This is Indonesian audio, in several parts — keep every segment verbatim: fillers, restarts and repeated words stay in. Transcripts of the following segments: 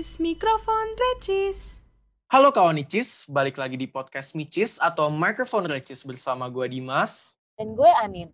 Micis, mikrofon Recis. Halo kawan Nicis, balik lagi di podcast Micis atau Microphone Recis bersama gue Dimas. Dan gue Anin.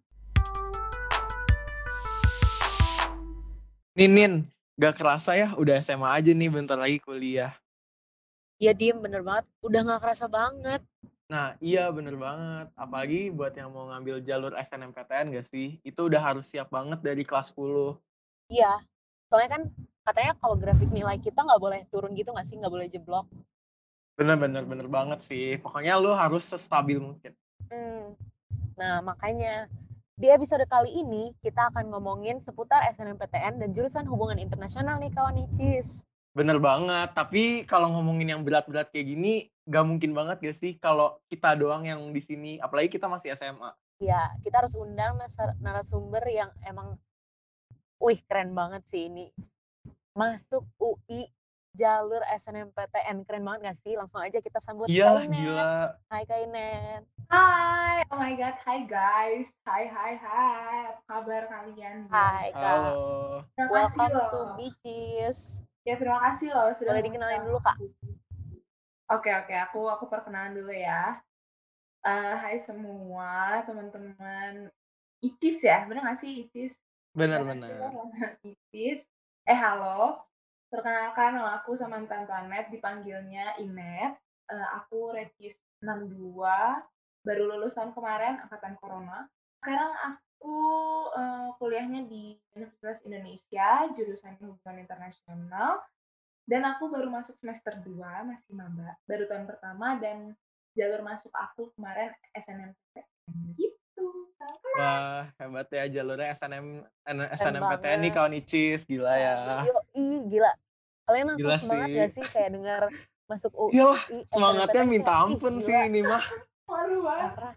Ninin, gak kerasa ya udah S M A aja nih, bentar lagi kuliah. Ya diem, bener banget. Udah gak kerasa banget. Nah iya bener banget, apalagi buat yang mau ngambil jalur S N M P T N gak sih? Itu udah harus siap banget dari kelas sepuluh. Iya, soalnya kan katanya kalau grafik nilai kita gak boleh turun gitu gak sih? Gak boleh jeblok. Bener-bener bener banget sih, pokoknya lu harus sestabil mungkin. Hmm. Nah makanya di episode kali ini kita akan ngomongin seputar S N M P T N dan jurusan hubungan internasional nih kawan Nicis. Bener banget, tapi kalau ngomongin yang berat-berat kayak gini, gak mungkin banget gak sih kalau kita doang yang di sini, apalagi kita masih S M A. Ya, kita harus undang narasumber yang emang, wih keren banget sih ini. Masuk U I jalur S N M P T N, keren banget gak sih? Langsung aja kita sambut Iya, Kak Inet. gila. Hai Kak Inet. Hai, oh my god, hi guys, hai hai hai, apa kabar kalian? Hai Kak. Halo. Terima Welcome kasih loh. to Beaches. Ya terima kasih loh sudah. Boleh dikenalin dulu Kak? Oke oke, aku aku perkenalan dulu ya. Uh, hai semua teman-teman Icis ya, bener nggak sih Icis? Benar-benar. Icis. Eh halo, perkenalkan nama aku sama Tante Anet, dipanggilnya Inet. Uh, aku Recis enam dua, baru lulus tahun kemarin, angkatan corona. Sekarang aku uh, kuliahnya di Universitas Indonesia, jurusan hubungan internasional. Dan aku baru masuk semester dua, masih maba, baru tahun pertama, dan jalur masuk aku kemarin S N M P T N gitu. Wah, hebat ya jalurnya S N M S N M P T N nih banget. kawan Icis, gila ya. Yoi, gila. Kalian langsung Gila semangat sih. gak sih kayak dengar masuk U I? Iyalah, S N M P T N semangatnya kayak, minta ih, ampun gila. sih ini mah. Malu banget. Parah.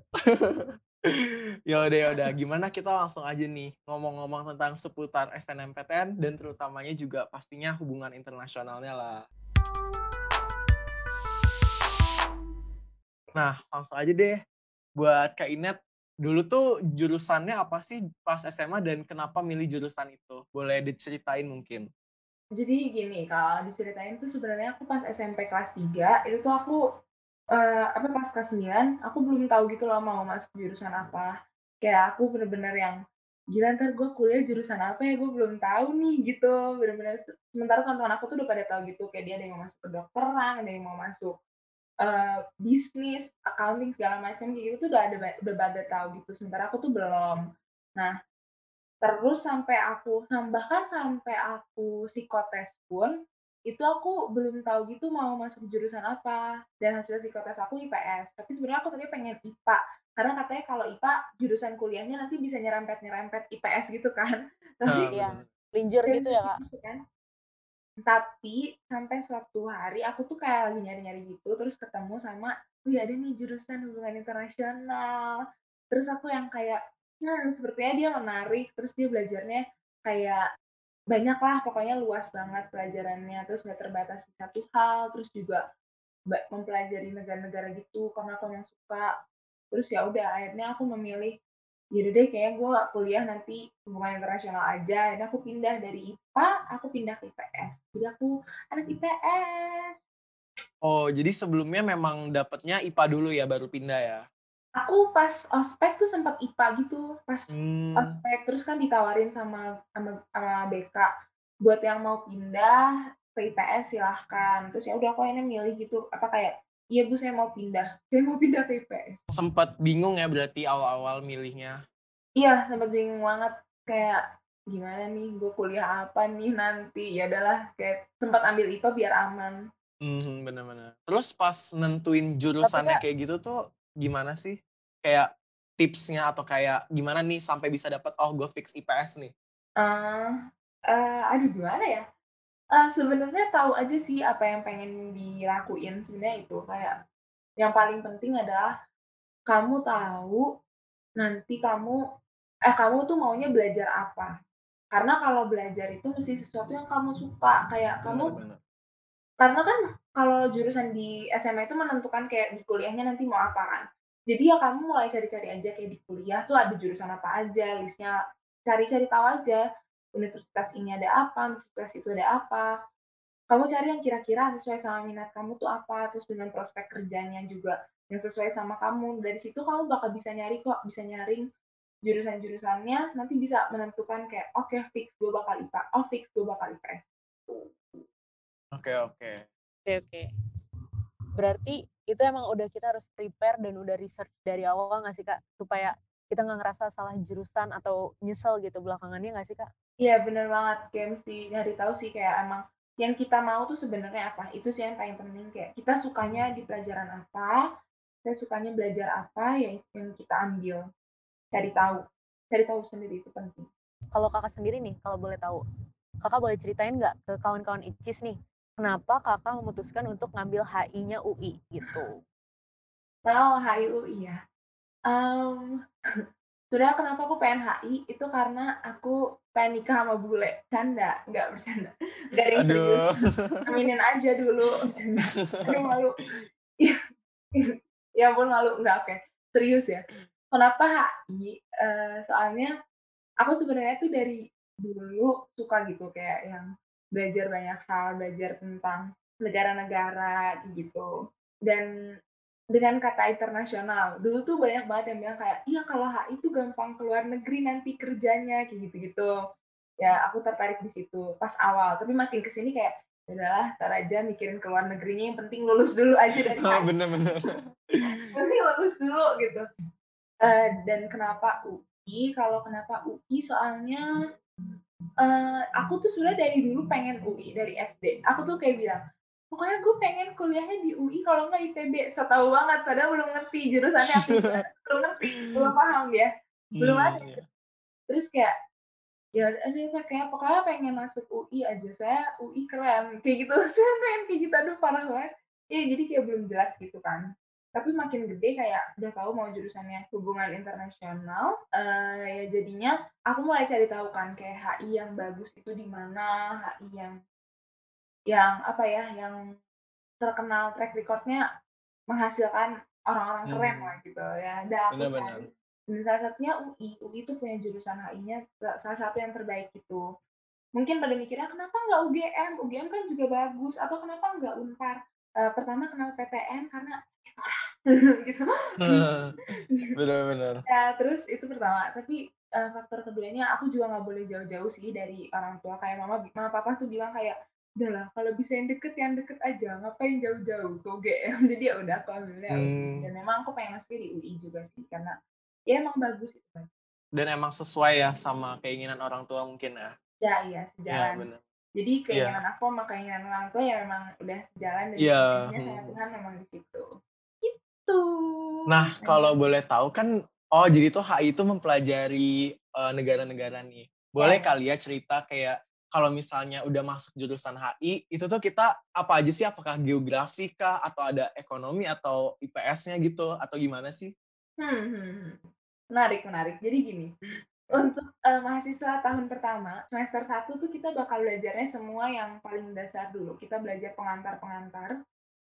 Yaudah yaudah, gimana kita langsung aja nih ngomong-ngomong tentang seputar S N M P T N dan terutamanya juga pastinya hubungan internasionalnya lah. Nah, langsung aja deh buat Kak Inet, dulu tuh jurusannya apa sih pas S M A dan kenapa milih jurusan itu? Boleh diceritain mungkin? Jadi gini, kalau diceritain tuh sebenarnya aku pas S M P kelas tiga, itu tuh aku uh, apa pas kelas sembilan, aku belum tahu gitu loh mau masuk jurusan apa. Kayak aku bener-bener yang gila ntar gue kuliah jurusan apa ya, gue belum tahu nih gitu. Bener-bener sementara teman-teman aku tuh udah pada tahu gitu, kayak dia ada yang mau masuk kedokteran, ada yang mau masuk uh, bisnis, accounting segala macam kayak gitu tuh udah ada udah pada tahu gitu. Sementara aku tuh belum. Nah, terus sampai aku bahkan sampai aku psikotes pun itu aku belum tahu gitu mau masuk jurusan apa, dan hasil psikotes aku I P S. Tapi sebenarnya aku tadi pengen I P A karena katanya kalau I P A jurusan kuliahnya nanti bisa nyerempet-nyerempet I P S gitu kan. Tapi Nah, Iya, bener. linjur gitu ya Kak. gitu kan. Tapi sampai suatu hari aku tuh kayak lagi nyari-nyari gitu, terus ketemu sama, wih ada nih jurusan hubungan internasional. Terus aku yang kayak, hmm sepertinya dia menarik, terus dia belajarnya kayak banyak lah, pokoknya luas banget pelajarannya, terus nggak terbatas di satu hal, terus juga mempelajari negara-negara gitu, karena aku yang suka. Terus ya udah akhirnya aku memilih, yaudah deh kayaknya gue kuliah nanti hubungan internasional aja, dan aku pindah dari I P A, aku pindah ke I P S. Jadi aku anak I P S. Oh, jadi sebelumnya memang dapetnya I P A dulu ya, baru pindah ya? Aku pas ospek tuh sempat I P A gitu, pas Hmm. ospek terus kan ditawarin sama sama, sama B K buat yang mau pindah ke I P S silahkan. Terus ya udah aku akhirnya milih gitu, apa kayak iya Bu saya mau pindah, saya mau pindah ke I P S. Sempat bingung ya berarti awal-awal milihnya? Iya, sempat bingung banget kayak gimana nih gue kuliah apa nih nanti, ya adalah kayak sempat ambil I P A biar aman. Hmm, benar-benar. Terus pas nentuin jurusannya kayak gitu tuh gimana sih? Kayak tipsnya atau kayak gimana nih sampai bisa dapat oh gue fix I P S nih? Uh, uh, aduh gimana ya? Uh, sebenarnya tahu aja sih apa yang pengen dilakuin sebenarnya itu kayak yang paling penting adalah kamu tahu nanti kamu eh kamu tuh maunya belajar apa. Karena kalau belajar itu mesti sesuatu yang kamu suka, kayak kamu Bener-bener. karena kan kalau jurusan di S M A itu menentukan kayak di kuliahnya nanti mau apa kan. Jadi ya kamu mulai cari-cari aja kayak di kuliah tuh ada jurusan apa aja, listnya cari-cari tahu aja universitas ini ada apa, universitas itu ada apa. kamu cari yang kira-kira sesuai sama minat kamu tuh apa, terus dengan prospek kerjanya juga yang sesuai sama kamu. Dari situ kamu bakal bisa nyari kok, bisa nyaring jurusan-jurusannya, nanti bisa menentukan kayak, oke fix gue bakal I P A, oh fix gue bakal I P S. Oke, oke. Oke, oke. Berarti itu emang udah kita harus prepare dan udah research dari awal nggak sih Kak? Supaya kita nggak ngerasa salah jurusan atau nyesel gitu belakangannya nggak sih Kak? Iya bener banget, kayak mesti nyari tahu sih kayak emang yang kita mau tuh sebenarnya apa, itu sih yang paling penting, kayak kita sukanya di pelajaran apa, kita sukanya belajar apa, ya yang kita ambil, cari tahu, cari tahu sendiri itu penting. Kalau Kakak sendiri nih, kalau boleh tahu, Kakak boleh ceritain nggak ke kawan-kawan I C I S nih, kenapa Kakak memutuskan untuk ngambil H I-nya U I gitu? Kalau H I U I ya, mmm, sebenarnya kenapa aku pengen H I, itu karena aku pengen nikah sama bule, canda, nggak bercanda, nggak ada yang serius, Aduh. aminin aja dulu, bercanda, aduh malu. Iya, ya ampun malu, nggak, oke, serius ya. Kenapa H I, eee, soalnya aku sebenarnya tuh dari dulu suka gitu kayak yang belajar banyak hal, belajar tentang negara-negara gitu. Dan dengan kata internasional, dulu tuh banyak banget yang bilang kayak, "Iya kalau H I tuh gampang ke luar negeri nanti kerjanya," kayak gitu-gitu. Ya aku tertarik di situ pas awal, tapi makin ke sini kayak, ya udahlah entar aja mikirin ke luar negerinya, yang penting lulus dulu aja dari H Oh, I, bener bener. yang penting lulus dulu gitu. Eee, dan kenapa U I, kalau kenapa U I soalnya, eee, aku tuh sebenarnya dari dulu pengen U I, dari S D. Aku tuh kayak bilang, "Pokoknya gue pengen kuliahnya di U I kalau nggak I T B." So tau banget, padahal belum ngerti jurusannya apa gimana, belum ngerti, belum paham dia, belum Mmm, ada. iya. Terus kayak, ya udah deh kayak pokoknya pengen masuk U I aja, saya U I keren, kayak gitu. Saya pengen kayak gitu, aduh parah banget. Iya jadi kayak belum jelas gitu kan. Tapi makin gede kayak udah tahu mau jurusannya hubungan internasional, eee, ya jadinya aku mulai cari tahu kan kayak H I yang bagus itu di mana, H I yang yang apa ya, yang terkenal track record-nya menghasilkan orang-orang keren Mmm. lah gitu ya. Udah aku Bener bener. cari, dan salah satunya U I. U I itu punya jurusan H I-nya salah satu yang terbaik gitu. Mungkin pada mikirnya, "Kenapa nggak U G M? U G M kan juga bagus, atau kenapa nggak Unpar?" Eee, pertama kenapa P T N karena gitu. Bener bener. Ya terus itu pertama, tapi, eee, faktor keduanya aku juga nggak boleh jauh-jauh sih dari orang tua, kayak mama mama papa tuh bilang kayak, "Udahlah kalau bisa yang deket, yang deket aja, ngapain jauh-jauh ke U G M." Jadi ya udah aku ambilnya U I, dan Mmm. memang aku pengen masuknya di U I juga sih, karena ya emang bagus itu kan. Dan emang sesuai ya sama keinginan orang tua mungkin ya? Ya iya, Iya sejalan. bener. Jadi Iya. keinginan aku sama keinginan orang tua ya memang udah sejalan dan Iya, jodohnya sama mhm. Tuhan memang di situ. Gitu. Nah, kalau Lanjut. boleh tahu kan oh jadi tuh H I itu mempelajari, eee, negara-negara nih. Ya Boleh ya. kali ya cerita kayak kalau misalnya udah masuk jurusan H I, itu tuh kita apa aja sih? Apakah geografi kah? Atau ada ekonomi atau I P S-nya gitu? Atau gimana sih? Hmm hmm hmm. Menarik menarik. Jadi gini, untuk, eee, mahasiswa tahun pertama, semester satu tuh kita bakal belajarnya semua yang paling dasar dulu. Kita belajar pengantar-pengantar.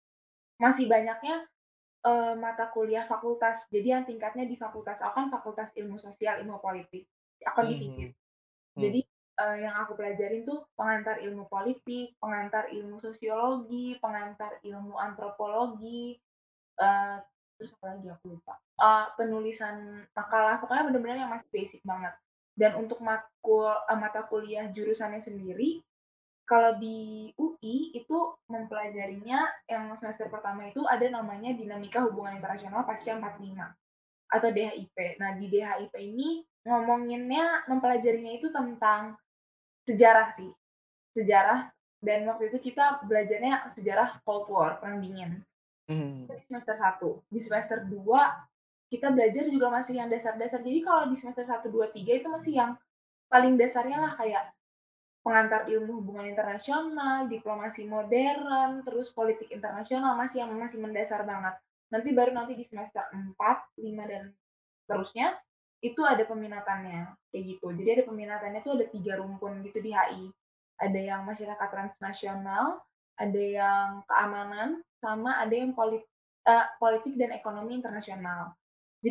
Masih banyaknya, eee, mata kuliah fakultas. Jadi yang tingkatnya di fakultas aku kan fakultas ilmu sosial, ilmu politik, aku Mhm. divisi. Hmm. Jadi, eee, yang aku pelajarin tuh pengantar ilmu politik, pengantar ilmu sosiologi, pengantar ilmu antropologi, eee, terus apa lagi aku lupa, eee, penulisan makalah, pokoknya bener-bener yang masih basic banget. Dan untuk matkul eee, mata kuliah jurusannya sendiri, kalau di U I itu mempelajarinya yang semester pertama itu ada namanya Dinamika Hubungan Internasional Pasca empat puluh lima atau D H I P. Nah, di D H I P ini ngomonginnya mempelajarinya itu tentang sejarah sih, sejarah, dan waktu itu kita belajarnya sejarah Cold War, Perang Dingin. Itu Mmm. di semester satu. Di semester dua kita belajar juga masih yang dasar-dasar. Jadi kalau di semester satu, dua, tiga itu masih yang paling dasarnya lah kayak pengantar ilmu hubungan internasional, diplomasi modern, terus politik internasional, masih yang masih mendasar banget. Nanti baru nanti di semester empat, lima, dan seterusnya, itu ada peminatannya, kayak gitu. Jadi ada peminatannya tuh ada tiga rumpun gitu di H I. Ada yang masyarakat transnasional, ada yang keamanan, sama ada yang polit eee, politik dan ekonomi internasional. Jadi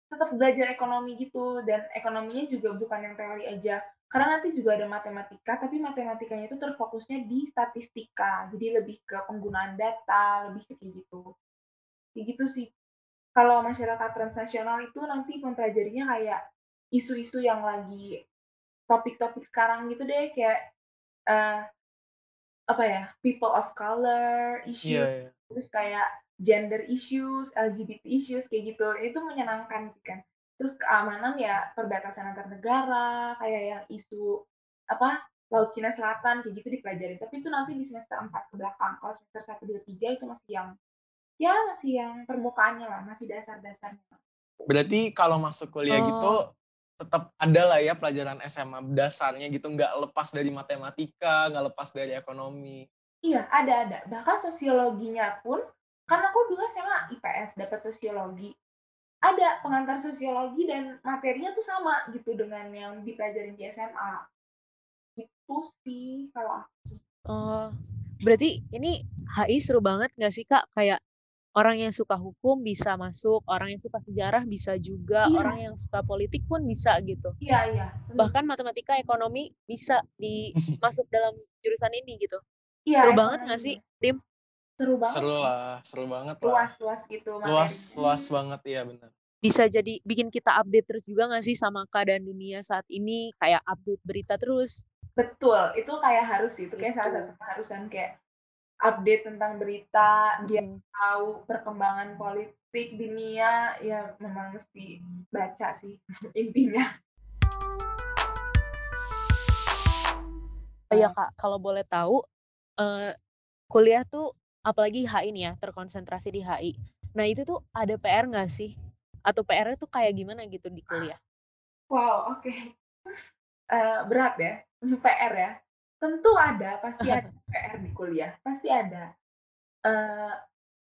tetap belajar ekonomi gitu, dan ekonominya juga bukan yang teori aja. Karena nanti juga ada matematika, tapi matematikanya itu terfokusnya di statistika. Jadi lebih ke penggunaan data, lebih ke kayak gitu. Kayak gitu sih. Kalau masyarakat transnasional itu nanti mempelajarinya kayak isu-isu yang lagi topik-topik sekarang gitu deh, kayak eh, apa ya, people of color Iya, issue, iya. terus kayak gender issues, L G B T issues kayak gitu. Itu menyenangkan sih kan. Terus keamanan ya perbatasan antar negara, kayak yang isu apa Laut Cina Selatan kayak gitu dipelajari. Tapi itu nanti di semester empat ke belakang. Kalau semester satu dua tiga itu masih yang ya masih yang permukaannya lah, masih dasar-dasarnya. Berarti kalau masuk kuliah Oh, gitu tetap ada lah ya pelajaran S M A dasarnya gitu, nggak lepas dari matematika, nggak lepas dari ekonomi. Iya, ada ada. Bahkan sosiologinya pun, karena aku dulu S M A I P S dapat sosiologi. Ada pengantar sosiologi dan materinya tuh sama gitu dengan yang dipelajarin di S M A. Itu sih kalau aku. oh, berarti ini H I seru banget nggak sih Kak? Kayak orang yang suka hukum bisa masuk, orang yang suka sejarah bisa juga, orang Iya, yang suka politik pun bisa gitu. iya, iya. Bener. Bahkan matematika, ekonomi bisa dimasuk dalam jurusan ini gitu. Iya, Seru banget nggak ekonomi. sih, Tim? Seru banget Seru sih. lah, seru banget lah. Luas-luas gitu Luas, materinya. luas banget ya benar. Bisa jadi bikin kita update terus juga nggak sih sama keadaan dunia saat ini, kayak update berita terus. Betul, itu kayak harus sih. Itu kayak salah Gitu. satu keharusan kayak update tentang berita, biar Mm. tahu perkembangan politik dunia, ya memang mesti baca sih intinya. Oh iya Kak, kalau boleh tahu, eh, kuliah tuh apalagi H I nih ya, terkonsentrasi di H I. Nah itu tuh ada P R nggak sih? Atau P R-nya tuh kayak gimana gitu di kuliah? Wow, oke. Eh, berat ya, P R ya. Tentu ada, pasti ada P R di kuliah, pasti ada. Eh,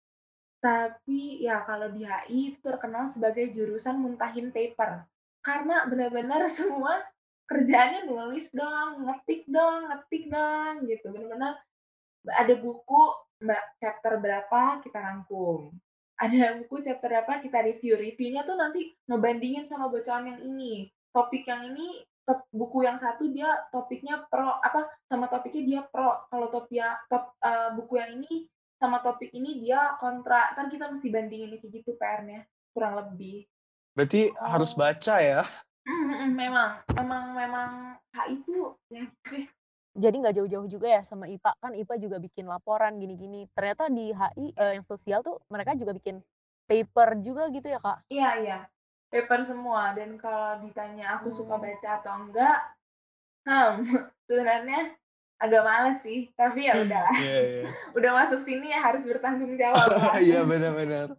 tapi ya kalau di H I itu terkenal sebagai jurusan muntahin paper. Karena benar-benar semua kerjaannya nulis dong, ngetik dong, ngetik dong gitu. Benar-benar ada buku Mbak chapter berapa kita rangkum. Ada buku chapter berapa kita review. Reviewnya tuh nanti ngebandingin sama bacaan yang ini. Topik yang ini, top, buku yang satu dia topiknya pro apa sama topiknya dia pro. Kalau topia top uh, buku yang ini sama topik ini dia kontra. Kan kita mesti bandingin kayak gitu P R-nya kurang lebih. Berarti Oh. harus baca ya. Mm, memang, memang, memang H I itu ya. Jadi nggak jauh-jauh juga ya sama I P A, kan I P A juga bikin laporan gini-gini. Ternyata di H I eh, yang sosial tuh mereka juga bikin paper juga gitu ya Kak? Iya, iya. Paper semua. Dan kalau ditanya aku suka Hmm. baca atau enggak, hmm, sebenarnya agak males sih. Tapi ya udahlah. Iya, iya. Udah masuk sini ya harus bertanggung jawab lah. Iya benar-benar.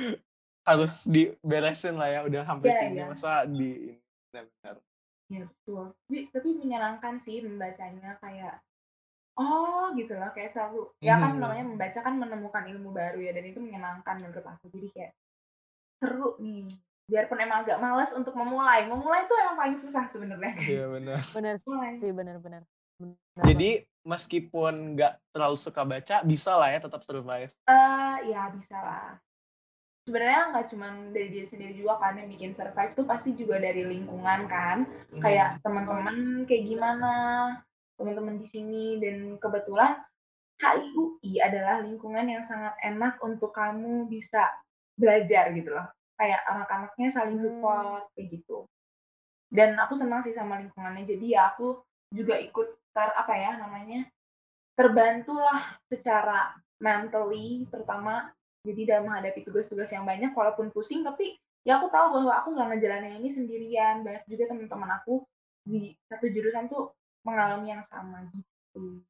Harus diberesin lah ya, udah sampai Iya, sini iya. masa di benar-benar. Ya betul. Tapi, tapi menyenangkan sih membacanya kayak oh gitu loh kayak selalu ya kan Mhm. namanya membaca kan menemukan ilmu baru ya dan itu menyenangkan menurut aku. Jadi kayak seru nih. Biarpun emang agak males untuk memulai. Memulai itu emang paling susah sebenarnya guys. Iya benar. Bener Mulai. sih, bener-bener. Jadi meskipun nggak terlalu suka baca, bisa lah ya tetap survive. Eh ya bisa lah. Sebenarnya nggak cuma dari diri sendiri juga kan yang bikin survive tuh pasti juga dari lingkungan kan. Hmm. Kayak teman-teman kayak gimana, teman-teman di sini dan kebetulan H I U I adalah lingkungan yang sangat enak untuk kamu bisa belajar gitu loh. Kayak anak-anaknya saling Hmm. support kayak gitu. Dan aku senang sih sama lingkungannya. Jadi ya aku juga ikut ter apa ya namanya? Terbantulah secara mentally terutama. Jadi dalam menghadapi tugas-tugas yang banyak walaupun pusing tapi ya aku tahu bahwa aku nggak ngejalanin ini sendirian. Banyak juga teman-teman aku di satu jurusan tuh mengalami yang sama gitu.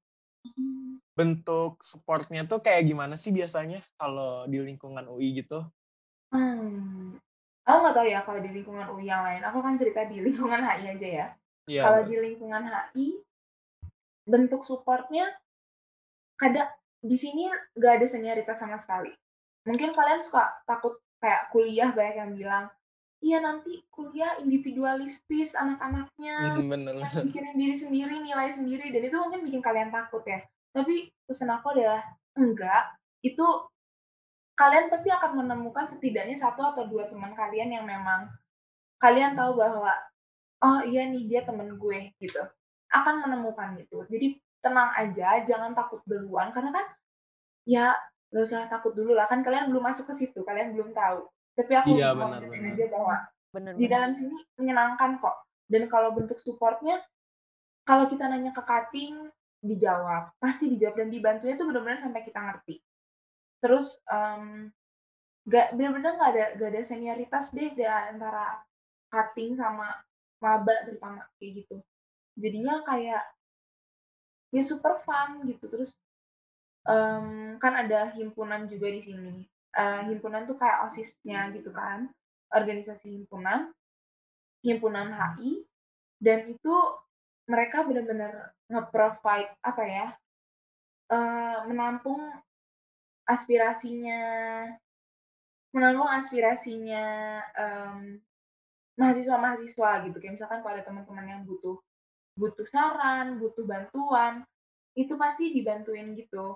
Bentuk supportnya tuh kayak gimana sih biasanya kalau di lingkungan U I gitu? Hmm, aku nggak tahu ya kalau di lingkungan U I yang lain. Aku kan cerita di lingkungan H I aja ya. Iya, Kalau Mbak. di lingkungan H I, bentuk supportnya kadang di sini nggak ada senioritas sama sekali. Mungkin kalian suka takut kayak kuliah banyak yang bilang, iya nanti kuliah individualistis anak-anaknya, Hmm, bener, yang bener. mikirin diri sendiri, nilai sendiri, dan itu mungkin bikin kalian takut ya. Tapi pesan aku adalah enggak, itu kalian pasti akan menemukan setidaknya satu atau dua teman kalian yang memang kalian tahu bahwa, "Oh iya nih dia temen gue," gitu. Akan menemukan gitu. Jadi tenang aja, jangan takut duluan karena kan ya nggak usah takut dulu lah, kan kalian belum masuk ke situ, kalian belum tahu. Tapi Iya, aku mau benar ingetin benar. aja bahwa Bener di bener. dalam sini menyenangkan kok. Dan kalau bentuk support-nya, kalau kita nanya ke cutting, dijawab, pasti dijawab dan dibantunya tuh bener-bener sampai kita ngerti. Terus, mmm, nggak bener-bener nggak ada nggak ada senioritas deh di antara cutting sama maba terutama, kayak gitu. Jadinya kayak ya super fun gitu. Terus, mmm, kan ada himpunan juga di sini. Eee, himpunan tuh kayak OSIS-nya gitu kan, organisasi himpunan, himpunan H I, dan itu mereka bener-bener nge-provide apa ya, eee, menampung aspirasinya menampung aspirasinya, mmm, mahasiswa-mahasiswa gitu. Kayak misalkan kalau ada teman-teman yang butuh butuh saran, butuh bantuan, itu pasti dibantuin gitu.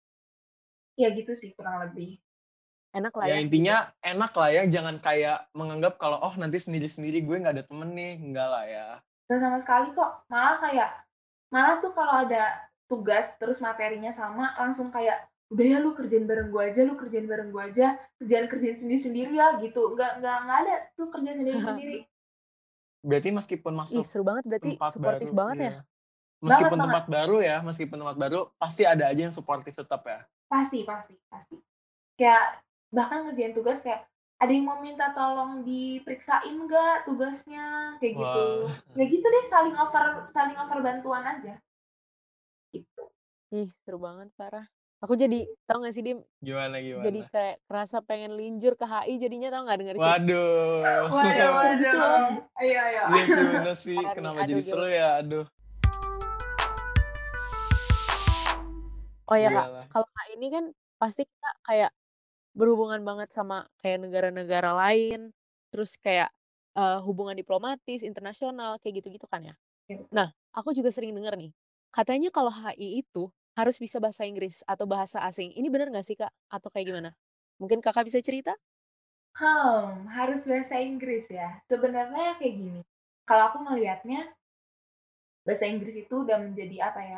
Ya gitu sih kurang lebih. Enak lah Ya ya gitu. intinya enak lah ya, jangan kayak menganggap kalau, "Oh nanti sendiri-sendiri gue nggak ada temen nih." Enggak lah ya. Nggak sama sekali kok, malah kayak malah tuh kalau ada tugas terus materinya sama langsung kayak, "Udah ya lu kerjain bareng gua aja lu kerjain bareng gua aja, jangan kerjain sendiri-sendiri ya," gitu. Nggak nggak nggak ada tuh kerja sendiri-sendiri. Berarti meskipun Ih, masuk seru banget berarti tempat suportif baru banget ya? iya. Banget Meskipun banget, tempat baru ya, meskipun tempat baru, pasti ada aja yang suportif tetap ya? pasti pasti pasti. Kayak bahkan ngerjain tugas kayak, "Ada yang mau minta tolong diperiksain nggak tugasnya?" Kayak Wah, gitu. Ya gitu deh saling over saling over bantuan aja, gitu. Ih, seru banget parah. Aku jadi tahu nggak sih Dim, gimana jadi gimana? kayak kerasa pengen linjur ke H I jadinya tahu nggak denger cerita Waduh. Waduh kayak seru gitu loh. waduh, ayo ayo. Iya sih bener sih, Parah nih, kenapa aduh jadi seru gimana. ya? Aduh, Oh ya Kak, iyalah. kalau Kak ini kan pasti kita kayak berhubungan banget sama kayak negara-negara lain, terus kayak, eee, hubungan diplomatis, internasional, kayak gitu-gitu kan ya. Ya betul. Nah, aku juga sering denger nih, katanya kalau H I itu harus bisa bahasa Inggris atau bahasa asing. Ini bener nggak sih Kak? Atau kayak gimana? Mungkin Kakak bisa cerita? Hmm, harus bahasa Inggris ya? Sebenarnya kayak gini, kalau aku ngelihatnya bahasa Inggris itu udah menjadi apa ya,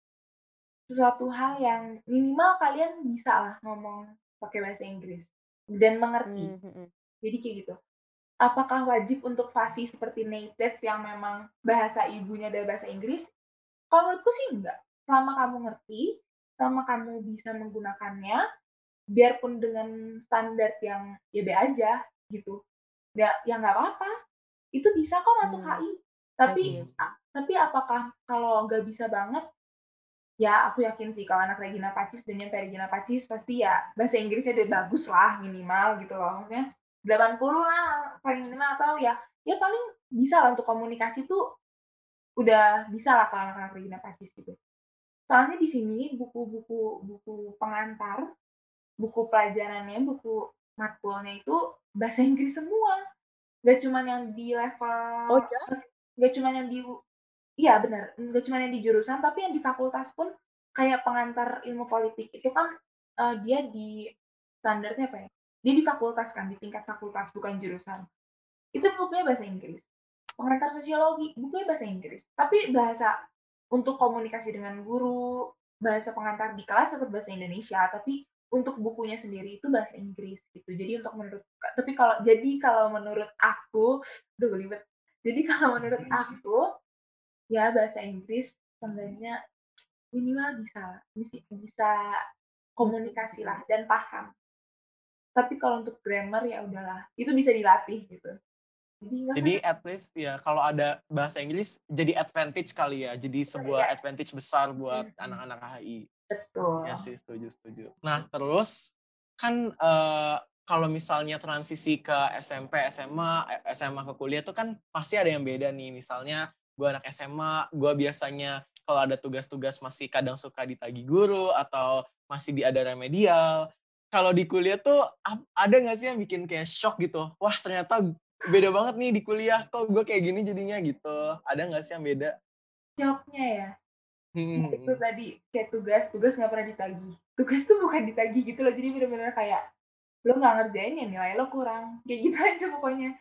sesuatu hal yang minimal kalian bisalah ngomong pakai bahasa Inggris dan mengerti. Mmm, mhm. Jadi kayak gitu. Apakah wajib untuk fasih seperti native yang memang bahasa ibunya adalah bahasa Inggris? Kalau menurutku sih enggak. Selama kamu ngerti, selama kamu bisa menggunakannya, biarpun dengan standar yang ya be aja gitu, nggak ya nggak apa-apa, itu bisa kok masuk Mmm, H I. I Tapi see I see. a tapi apakah kalau nggak bisa banget, ya aku yakin sih kalau anak Regina Pacis dan nyampe Regina Pacis pasti ya bahasa Inggrisnya udah bagus lah minimal gitu loh, maksudnya delapan puluh lah paling minimal atau ya ya paling bisa lah untuk komunikasi tuh udah bisa lah kalau anak-anak Regina Pacis gitu. Soalnya di sini buku-buku buku pengantar, buku pelajarannya, buku matkulnya itu bahasa Inggris semua. Nggak cuman yang di level Oh ya? nggak cuman yang di iya bener, nggak cuman yang di jurusan, tapi yang di fakultas pun kayak pengantar ilmu politik itu kan, eee, dia di standarnya apa ya, dia di fakultas kan, di tingkat fakultas bukan jurusan. Itu bukunya bahasa Inggris. Pengantar sosiologi, bukunya bahasa Inggris. Tapi bahasa untuk komunikasi dengan guru, bahasa pengantar di kelas tetap bahasa Indonesia, tapi untuk bukunya sendiri itu bahasa Inggris gitu. Jadi untuk menurut tapi kalau jadi kalau menurut aku, aduh belibet. Jadi kalau menurut aku, ya bahasa Inggris seenggaknya minimal bisa misi bisa Mmm, komunikasi mhm. lah dan paham. Tapi kalau untuk grammar ya udahlah, itu bisa dilatih gitu. Jadi nggak usah Jadi at least ya kalau ada bahasa Inggris jadi advantage kali ya, jadi takut sebuah ya. advantage besar buat Mhm, anak-anak H I. betul. Ya sih, setuju setuju. Nah terus, kan, eee, kalau misalnya transisi ke S M P, S M A, e S M A ke kuliah tuh kan pasti ada yang beda nih. Misalnya gue anak S M A, gue biasanya kalau ada tugas-tugas masih kadang suka ditagih guru atau masih di ada remedial. Kalau di kuliah tuh ap ada nggak sih yang bikin kayak shock gitu? Wah ternyata beda banget nih di kuliah, kok gue kayak gini jadinya gitu. Ada nggak sih yang beda? Jawabnya ya, Mhm ya itu mhm. tadi, kayak tugas, tugas nggak pernah ditagih. Tugas tuh bukan ditagih gitu loh, jadi bener-bener kayak, lo nggak ngerjain ya nilai lo kurang, kayak gitu aja pokoknya.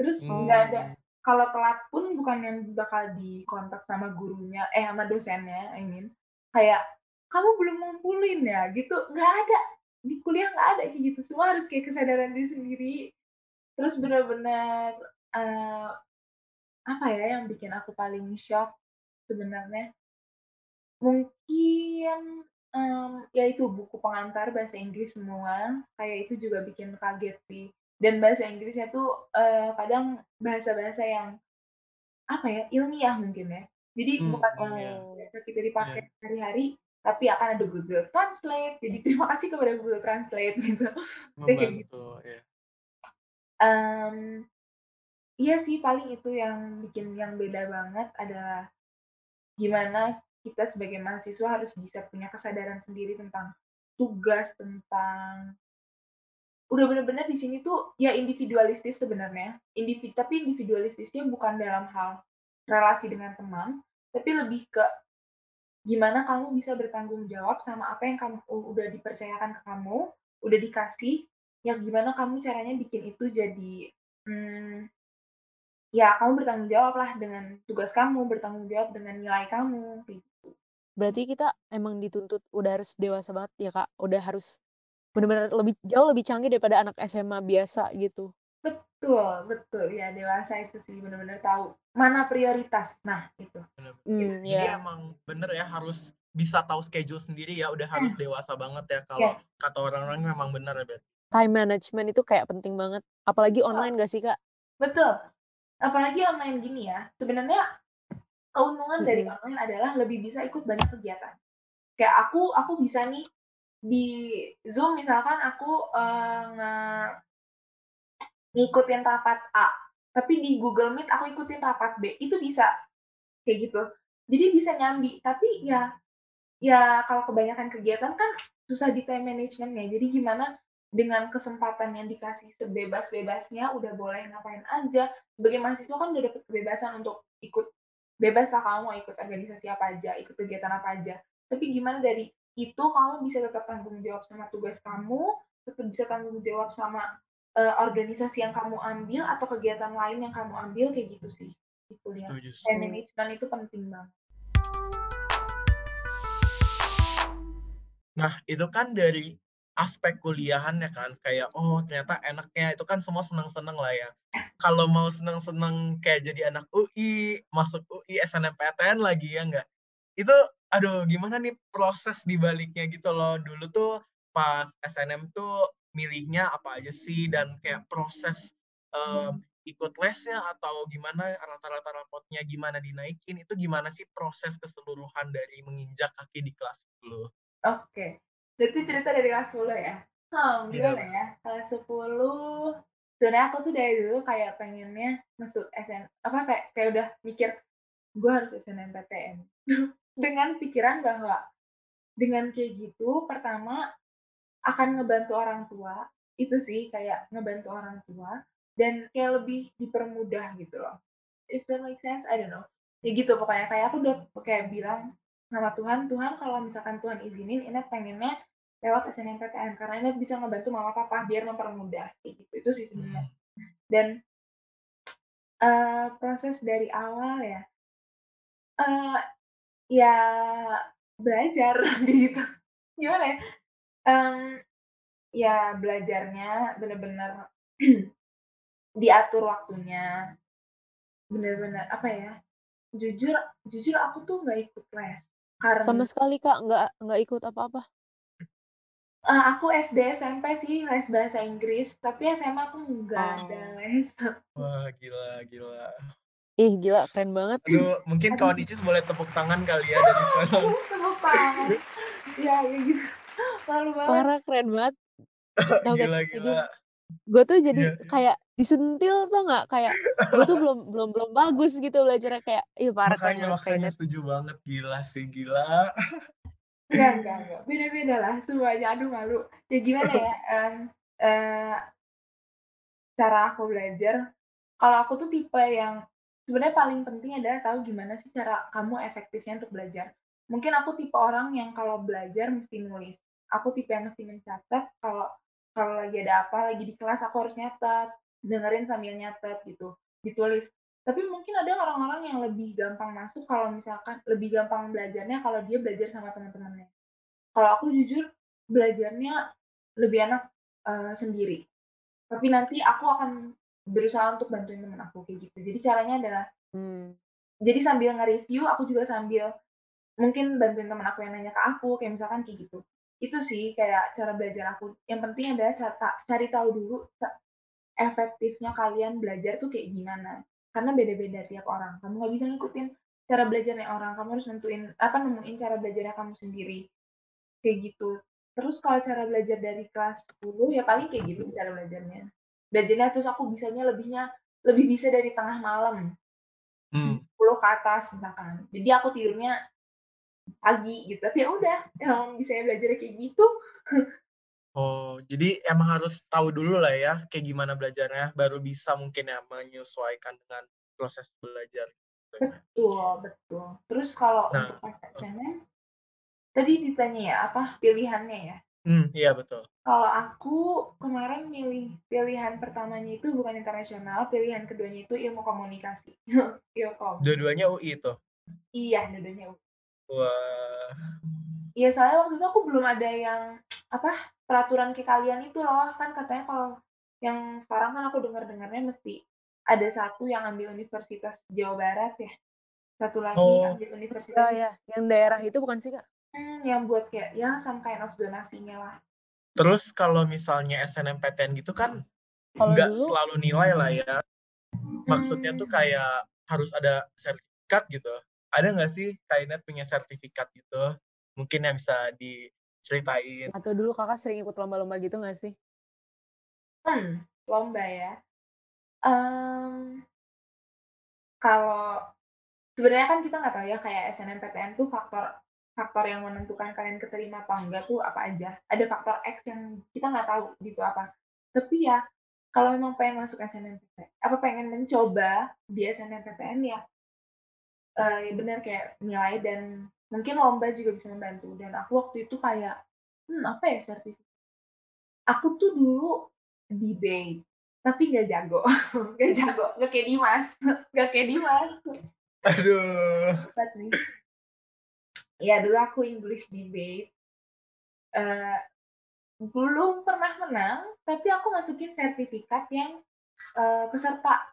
Terus nggak ada Hmm. kalau telat pun bukan yang bakal dikontak sama gurunya eh, sama dosennya I mean, kayak, "Kamu belum ngumpulin ya?" Gitu, nggak ada. Di kuliah nggak ada kayak gitu, semua harus kayak kesadaran diri sendiri. Terus bener-bener, eee, apa ya yang bikin aku paling syok sebenarnya mungkin, mmm, ya itu buku pengantar bahasa Inggris semua, kayak itu juga bikin kaget sih. Dan bahasa Inggrisnya tuh, eee, kadang bahasa-bahasa yang, apa ya, ilmiah mungkin ya. Jadi Mmm, bukan yang iya. Oh. biasa kita dipakai Iya. sehari-hari, tapi akan ada Google Translate, jadi terima kasih kepada Google Translate gitu, dia kayak gitu. Membantu, iya. Mmm, iya sih paling itu yang bikin yang beda banget adalah gimana kita sebagai mahasiswa harus bisa punya kesadaran sendiri tentang tugas, tentang udah bener-bener di sini tuh ya individualistis sebenarnya, individ tapi individualistisnya bukan dalam hal relasi dengan teman, tapi lebih ke gimana kamu bisa bertanggung jawab sama apa yang kamu u udah dipercayakan ke kamu, udah dikasih, yang gimana kamu caranya bikin itu jadi, mmm, ya kamu bertanggung jawablah dengan tugas kamu, bertanggung jawab dengan nilai kamu, kayak gitu. Berarti kita emang dituntut udah harus dewasa banget ya, Kak? Udah harus bener-bener lebih jauh lebih canggih daripada anak S M A biasa gitu. Betul betul, ya dewasa itu sih bener-bener tahu mana prioritas, nah itu. Bener. Itu Mmm, sih. Jadi iya. emang bener ya harus bisa tahu schedule sendiri ya, udah harus Nah, dewasa banget ya kalau iya. kata orang-orang memang bener ya berarti. Time management itu kayak penting banget, apalagi Betul. online nggak sih, Kak? Betul, apalagi online gini ya, sebenarnya keuntungan dari Mhm. online adalah lebih bisa ikut banyak kegiatan. Kayak aku aku bisa nih di Zoom misalkan aku, eee, nge ngikutin rapat A, tapi di Google Meet aku ikutin rapat B, itu bisa, kayak gitu. Jadi bisa nyambi, tapi ya ya kalau kebanyakan kegiatan kan susah di time management-nya. Jadi gimana dengan kesempatan yang dikasih sebebas-bebasnya, udah boleh ngapain aja, sebagai mahasiswa kan udah dapet kebebasan untuk ikut bebaslah kamu mau ikut organisasi apa aja, ikut kegiatan apa aja. Tapi gimana dari itu kamu bisa tetap tanggung jawab sama tugas kamu, tetap bisa tanggung jawab sama, eee, organisasi yang kamu ambil atau kegiatan lain yang kamu ambil, kayak gitu sih di kuliah. Setuju Time setuju. Mmm. management itu penting banget. Nah, itu kan dari aspek kuliahannya kan, kayak, oh ternyata enaknya itu kan semua seneng-seneng lah ya. Kalau mau seneng-seneng kayak jadi anak U I, masuk U I, SNMPTN lagi ya nggak? Itu aduh gimana nih proses di baliknya gitu loh. Dulu tuh pas S N M tuh milihnya apa aja sih dan kayak proses, eee, ikut lesnya atau gimana, rata-rata rapotnya gimana dinaikin, itu gimana sih proses keseluruhan dari menginjak kaki di kelas sepuluh? Oke, berarti cerita dari kelas sepuluh ya? Hmm, Iya, gimana ya, kelas sepuluh sebenarnya aku tuh dari dulu kayak pengennya masuk S N apa, kayak kayak udah mikir, "Gua harus SNMPTN." Dengan pikiran bahwa dengan kayak gitu, pertama akan ngebantu orang tua, itu sih kayak ngebantu orang tua, dan kayak lebih dipermudah gitu loh. If that make sense? I don't know. Ya gitu pokoknya, kayak aku udah kayak bilang sama Tuhan, "Tuhan kalau misalkan Tuhan izinin Ines pengennya lewat SNMPTN karena Ines bisa ngebantu mama papa biar mempermudah," kayak gitu. Itu sih sebenarnya. mmm, Dan, eee, proses dari awal ya, eee, ya belajar gitu. Gimana ya, mmm, ya belajarnya bener-bener diatur waktunya, bener-bener apa ya, jujur jujur aku tuh nggak ikut les, Sama karena sekali, Kak, nggak nggak ikut apa-apa? Eee, aku S D, S M P sih les bahasa Inggris, tapi S M A aku nggak ada Oh. les. wah gila gila. Ih, gila keren banget. Aduh, mungkin Aduh, kawan Icis boleh tepuk tangan kali ya dari sekarang. tepuk tangan. Iya iya gitu, malu banget. Parah, keren banget. Tau gak Gila sih gila. gue gue tuh jadi Iya. kayak disentil tau nggak, kayak gue tuh belum belum belum bagus gitu belajarnya kayak, ih parah keren Makanya banget Kak makanya Ines. setuju banget, gila sih, gila. Enggak enggak enggak, beda-beda lah semuanya, aduh malu. Ya gimana ya, mmm, eee, cara aku belajar, kalau aku tuh tipe yang sebenarnya paling penting adalah tahu gimana sih cara kamu efektifnya untuk belajar. Mungkin aku tipe orang yang kalau belajar mesti nulis. Aku tipe yang mesti mencatat kalau kalau lagi ada apa, lagi di kelas aku harus nyatet. dengerin sambil nyatet gitu, ditulis. Tapi mungkin ada orang-orang yang lebih gampang masuk kalau misalkan lebih gampang belajarnya kalau dia belajar sama teman-temannya. Kalau aku jujur belajarnya lebih enak, eee, sendiri. Tapi nanti aku akan berusaha untuk bantuin temen aku kayak gitu. Jadi caranya adalah Mmm. jadi sambil nge-review aku juga sambil mungkin bantuin temen aku yang nanya ke aku, kayak misalkan kayak gitu. Itu sih kayak cara belajar aku. Yang penting adalah cata cari tahu dulu ca efektifnya kalian belajar tuh kayak gimana. Karena beda-beda tiap orang. Kamu nggak bisa ngikutin cara belajarnya orang, kamu harus nentuin apa, nemuin cara belajarnya kamu sendiri, kayak gitu. Terus kalau cara belajar dari kelas sepuluh ya paling kayak gitu cara belajarnya. Belajarnya terus aku bisanya lebihnya lebih bisa dari tengah malam, jam Mmm. sepuluh ke atas misalkan. Jadi aku tidurnya pagi gitu, tapi ya udah emang bisanya belajarnya kayak gitu. Oh, jadi emang harus tahu dulu lah ya, kayak gimana belajarnya, baru bisa mungkin ya menyesuaikan dengan proses belajar gitu ya. Betul betul. Terus kalau untuk Nah pas heeh. S N M, tadi ditanya ya, apa, pilihannya ya? Mmm, iya betul. Kalau aku kemarin milih pilihan pertamanya itu bukan internasional, pilihan keduanya itu ilmu komunikasi, Ilkom. Dua-duanya U I tuh? Iya, dua-duanya U I. Wah. Iya, soalnya waktu itu aku belum ada yang, apa, peraturan kayak kalian itu loh. Kan katanya kalau yang sekarang kan aku dengar-dengarnya mesti ada satu yang ambil Universitas Jawa Barat ya, satu lagi Oh. ambil Iya universitas iya, yang daerah itu bukan sih, Kak? mmm, yang buat kayak ya some kind of zonasinya lah. Terus kalau misalnya SNMPTN gitu kan Kalau nggak dulu selalu nilai lah ya. Maksudnya tuh Mmm. kayak harus ada sertifikat gitu. Ada nggak sih Kak Inet punya sertifikat gitu? Mungkin yang bisa diceritain? Atau dulu Kakak sering ikut lomba-lomba gitu nggak sih? Mmm, lomba ya? Mmm. Kalau sebenarnya kan kita nggak tahu ya kayak SNMPTN tuh faktor faktor yang menentukan kalian keterima atau enggak tuh apa aja. Ada faktor X yang kita nggak tahu gitu apa. Tapi ya kalau memang pengen masuk SNMPT apa pengen mencoba di SNMPTN ya eee, ya bener kayak nilai dan mungkin lomba juga bisa membantu dan aku waktu itu kayak, hmm, apa ya sertif aku tuh dulu debate, tapi nggak jago nggak jago, nggak kayak Dimas nggak kayak Dimas. Aduh. Hebat nih. Iya, dulu aku English debate. Eee, belum pernah menang, tapi aku masukin sertifikat yang, eee, peserta.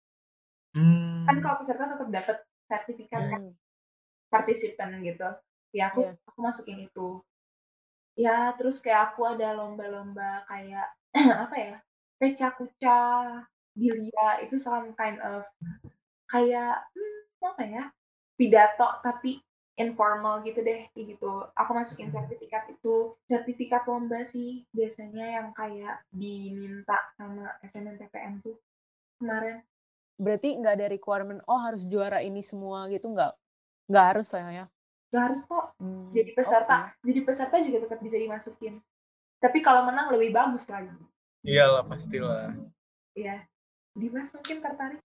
Kan Mmm. kalau peserta tetap dapat sertifikat kan, Mmm. participant gitu. Ya aku Iya. aku masukin itu. Ya terus kayak aku ada lomba-lomba kayak apa ya, Pecakuca, Dilia, itu some kind of kayak, mmm, apa ya, pidato tapi informal gitu deh, kayak gitu. Aku masukin Mhm. sertifikat itu. Sertifikat lomba sih biasanya yang kayak diminta sama SNMPTN tuh kemarin. Berarti nggak ada requirement, oh harus juara ini semua gitu nggak? Nggak harus lah ya? Nggak harus kok. Mmm, Jadi peserta oke. jadi peserta juga tetap bisa dimasukin. Tapi kalau menang lebih bagus lagi. Iyalah, pastilah. Iya. Dimas mungkin tertarik?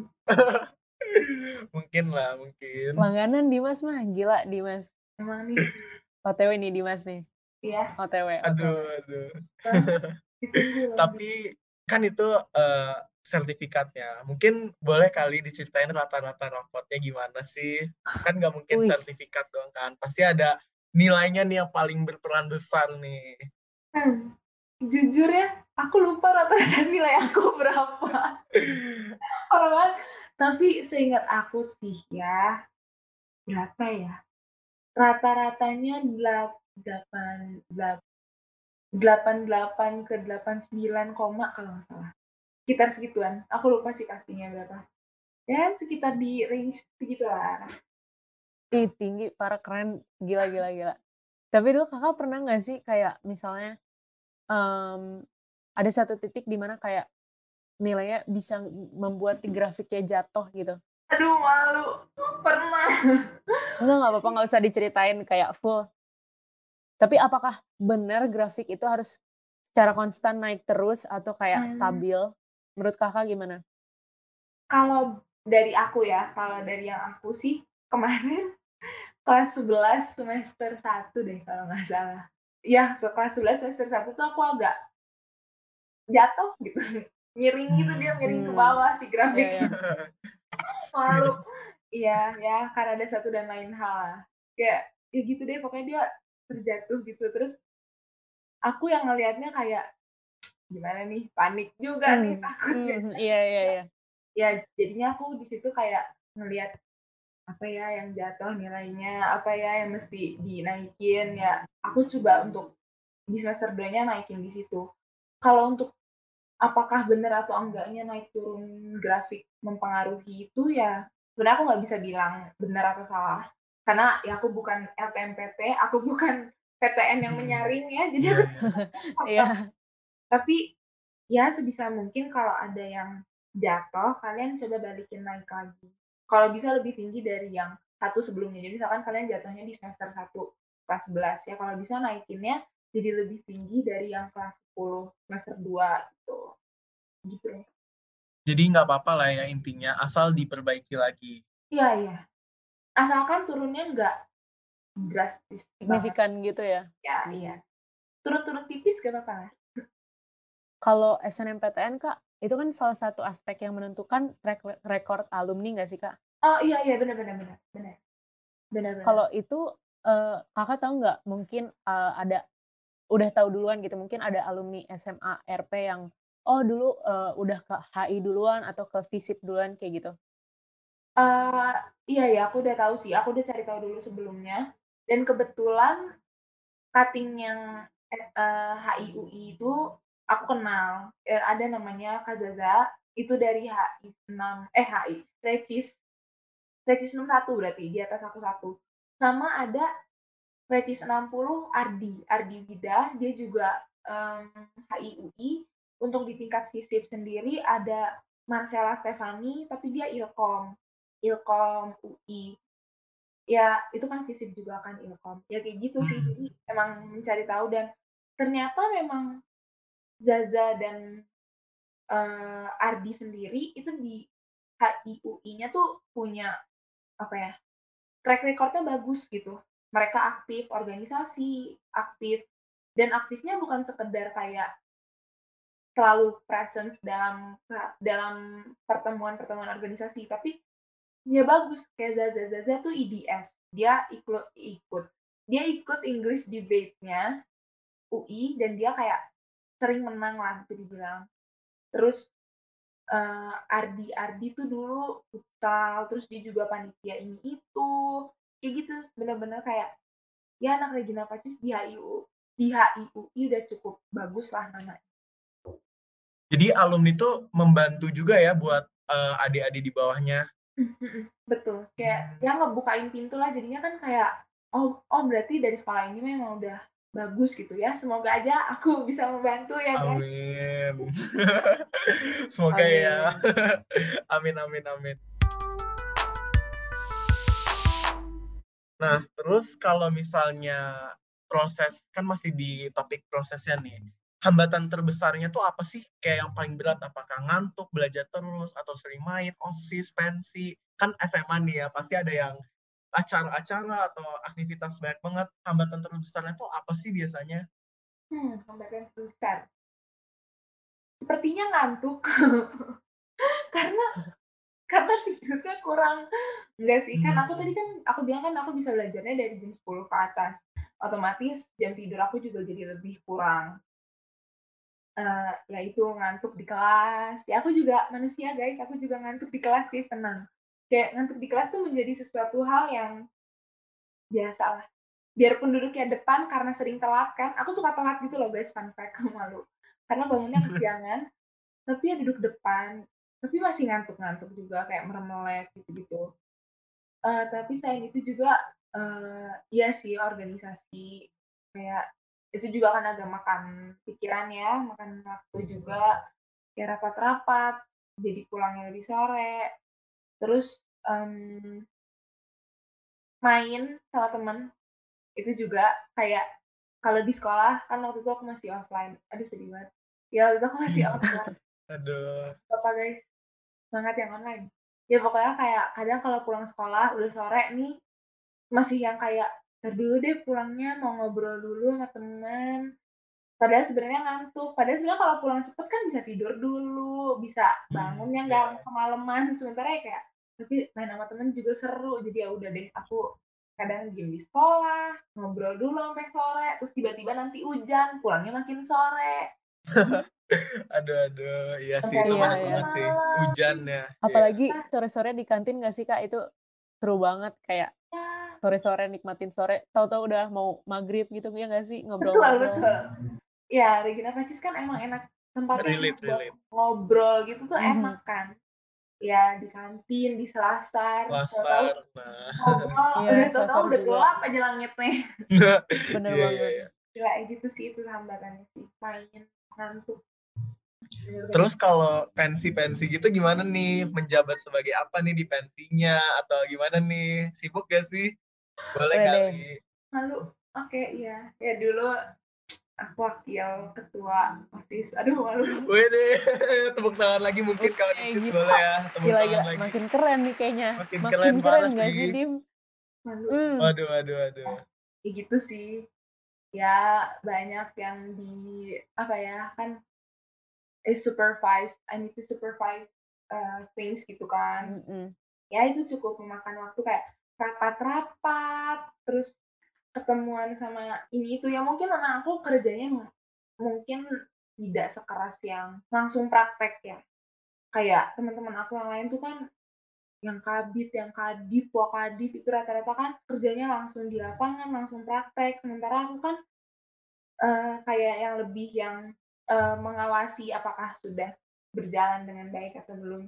Mungkin lah, mungkin. Langganan Dimas mah, gila Dimas. Emang nih. O T W nih Dimas nih. Iya. O T W O T W. Aduh aduh. Banget, ditunggu loh. Tapi kan itu, eee, sertifikatnya. Mungkin boleh kali diceritain rata-rata rapotnya gimana sih? Kan nggak mungkin Wih. sertifikat doang kan, pasti ada nilainya nih yang paling berperan besar nih. Hmm, jujur ya, aku lupa rata-rata nilai aku berapa. Parah banget. Tapi seingat aku sih ya, berapa ya, rata-ratanya delap delapan delap delapan delapan ke delapan sembilan koma kalau nggak salah. Sekitar segituan, aku lupa sih pastinya berapa. Ya sekitar di range segitulah. Ih, tinggi, parah, keren, gila gila gila. Tapi dulu Kakak pernah nggak sih kayak misalnya, mmm, ada satu titik di mana kayak nilainya bisa membuat grafiknya jatuh gitu? Aduh malu, pernah. Enggak, nggak apa-apa, nggak usah diceritain kayak full. Tapi apakah benar grafik itu harus secara konstan naik terus atau kayak Mmm. stabil? Menurut Kakak gimana? Kalau dari aku ya, kalau dari yang aku sih kemarin kelas sebelas semester satu deh kalau nggak salah. Iya, se kelas sebelas semester satu tuh aku agak jatuh gitu. miring gitu, dia Hmm. miring ke Hmm. bawah si Iya, grafiknya. iya. Malu. Iya, ya karena ada satu dan lain hal lah. Kayak, ya gitu deh pokoknya dia terjatuh gitu. Terus aku yang ngelihatnya kayak, gimana nih, panik juga nih, Hmm. takut gak Hmm. sih? Iya, iya, iya. Ya jadinya aku di situ kayak ngelihat apa ya yang jatuh nilainya, apa ya yang mesti dinaikin ya. Aku coba untuk di semester dua-nya naikin di situ. Kalau untuk apakah benar atau enggaknya naik turun grafik mempengaruhi itu ya sebenarnya aku nggak bisa bilang benar atau salah. Karena ya aku bukan L T M P T, aku bukan P T N yang Hmm. menyaring ya, jadi Iya, aku iya. Iya. tapi ya sebisa mungkin kalau ada yang jatuh, kalian coba balikin naik lagi. Kalau bisa lebih tinggi dari yang satu sebelumnya. Jadi misalkan kalian jatuhnya di semester satu kelas sebelas ya, kalau bisa naikinnya jadi lebih tinggi dari yang kelas sepuluh semester dua gitu. Gitu. Jadi nggak apa-apa lah ya intinya, asal diperbaiki lagi. Iya, iya. Asalkan turunnya nggak drastis banget. Signifikan gitu ya. Ya, Hmm. iya. Turun-turun tipis gak apa-apa lah. Kalau S N M P T N, Kak, itu kan salah satu aspek yang menentukan track record alumni nggak sih, Kak? Oh iya, iya, benar benar benar. Benar. Benar benar. Kalau itu, eee, Kakak tahu nggak mungkin, eee, ada udah tahu duluan gitu, mungkin ada alumni S M A R P yang, oh dulu, eee, udah ke H I duluan atau ke FISIP duluan kayak gitu? Eee, iya ya, aku udah tahu sih, aku udah cari tahu dulu sebelumnya, dan kebetulan cutting yang, eh, eee, H I U I itu aku kenal, eee, ada namanya Kak Zaza, itu dari H I enam eh H I, Recis, Recis enam satu berarti, di atas aku satu. Sama ada Recis enam puluh Ardi, Ardi Wida, dia juga, mmm, H I U I, untuk di tingkat FISIP sendiri ada Marcella Stefani, tapi dia Ilkom, Ilkom U I. Ya, itu kan FISIP juga kan Ilkom, ya kayak gitu sih. Hmm. Jadi emang mencari tahu dan ternyata memang Zaza dan, eee, Ardi sendiri itu di H I U I-nya tuh punya, apa ya, track record-nya bagus gitu. Mereka aktif organisasi, aktif dan aktifnya bukan sekedar kayak selalu presence dalam dalam pertemuan-pertemuan organisasi, tapi ya bagus, kayak Zaza. Zaza tuh I D S, dia ikut ikut dia ikut English debate-nya U I dan dia kayak sering menang lah bisa dibilang. Terus, eee, Ardi Ardi tuh dulu futsal, terus dia juga panitia ini itu, kayak gitu. Bener-bener kayak, ya anak Regina Pacis di H I U di H I U I udah cukup bagus lah namanya. Jadi alumni itu membantu juga ya buat uh, adik-adik di bawahnya. Mhm, mhm, betul. Kayak Hmm. ya ngebukain pintu lah, jadinya kan kayak, oh oh berarti dari sekolah ini memang udah bagus gitu ya. Semoga aja aku bisa membantu ya, guys. Amin. Semoga ya. Amin. Amin, amin, amin. Nah, terus kalau misalnya proses, kan masih di topik prosesnya nih. Hambatan terbesarnya tuh apa sih? Kayak yang paling berat, apakah ngantuk, belajar terus, atau sering main, OSIS, pensi? Kan S M A nih ya, pasti ada yang acara-acara atau aktivitas banyak banget. Hambatan terbesarnya tuh apa sih biasanya? Hmm, hambatan besar. Sepertinya ngantuk. Karena karena tidurnya kurang. Enggak sih, kan aku tadi Hmm. kan aku bilang kan aku bisa belajarnya dari jam sepuluh ke atas. Otomatis jam tidur aku juga jadi lebih kurang. Eee, ya itu ngantuk di kelas. Ya aku juga manusia guys, aku juga ngantuk di kelas sih, tenang. Kayak ngantuk di kelas tuh menjadi sesuatu hal yang biasalah. Biarpun duduknya depan karena sering telat kan, aku suka telat gitu loh guys, fun fact, malu. Karena bangunnya kesiangan, tapi ya duduk depan, tapi masih ngantuk-ngantuk juga kayak merem-melek gitu-gitu. Eee, tapi selain itu juga, eee, iya sih organisasi, kayak itu juga kan agak makan pikiran ya, makan waktu juga, kayak rapat-rapat, jadi pulangnya lebih sore, terus, mmm, main sama temen, itu juga kayak kalau di sekolah kan waktu itu aku masih offline, aduh sedih banget. Ya waktu itu aku masih offline, Aduh. nggak apa guys, semangat yang online. Ya pokoknya kayak kadang kalau pulang sekolah udah sore nih, masih yang kayak, "Entar dulu deh pulangnya, mau ngobrol dulu sama temen." Padahal sebenarnya ngantuk, padahal sebenarnya kalau pulang cepet kan bisa tidur dulu, bisa Hmm, bangunnya nggak iya. kemalaman, sementara ya kayak tapi main sama temen juga seru, jadi ya udah deh aku kadang diem di sekolah, ngobrol dulu sampai sore, terus tiba-tiba nanti hujan, pulangnya makin sore, Aduh aduh, iya sih sampai itu Iya bener makin ya. banget sih, malam. hujan ya, iya. Apalagi sore-sore di kantin nggak sih, Kak? Itu seru banget kayak Ya, sore-sore nikmatin sore, tahu-tahu udah mau maghrib gitu ya nggak sih betul ngobrol-ngobrol? betul. Ya, Regina Pacis kan emang enak, tempat yang enak Relate buat relate. ngobrol gitu tuh Mhm. enak kan. Ya di kantin, di selasar, tahu-tahu Pasar, nah. ngobrol, Iya, udah tahu-tahu sasar udah juga. gelap aja langitnya. Bener Iya iya banget. iya. Gila, gitu sih itu hambatannya sih, main, ngantuk, bener deh. Terus kalau pensi-pensi gitu gimana nih? Menjabat sebagai apa nih di pensinya? Atau gimana nih? Sibuk gak sih? Boleh Boleh deh. kali. Malu, oke iya. Ya dulu aku wakil ketua OSIS, aduh malu banget. Wih deh, tepuk tangan lagi mungkin kawan Oke, Icis gila. boleh ya, tepuk Gila tangan gila, lagi. makin keren nih kayaknya. Makin Makin keren keren parah nggak sih, sih. Dim? Malu. Mmm, Waduh, waduh, waduh. Ya gitu sih. Ya banyak yang di apa ya, kan eh supervise, I need to supervise, eee, things gitu kan. mhm. Ya itu cukup memakan waktu kayak rapat-rapat, terus ketemuan sama ini itu, ya mungkin karena aku kerjanya mu mungkin tidak sekeras yang langsung praktek ya. Kayak teman-teman aku yang lain tuh kan yang Kabid, yang Kadip, Wakadip itu rata-rata kan kerjanya langsung di lapangan, langsung praktek. Sementara aku kan, eee, kayak yang lebih yang, eee, mengawasi apakah sudah berjalan dengan baik atau belum.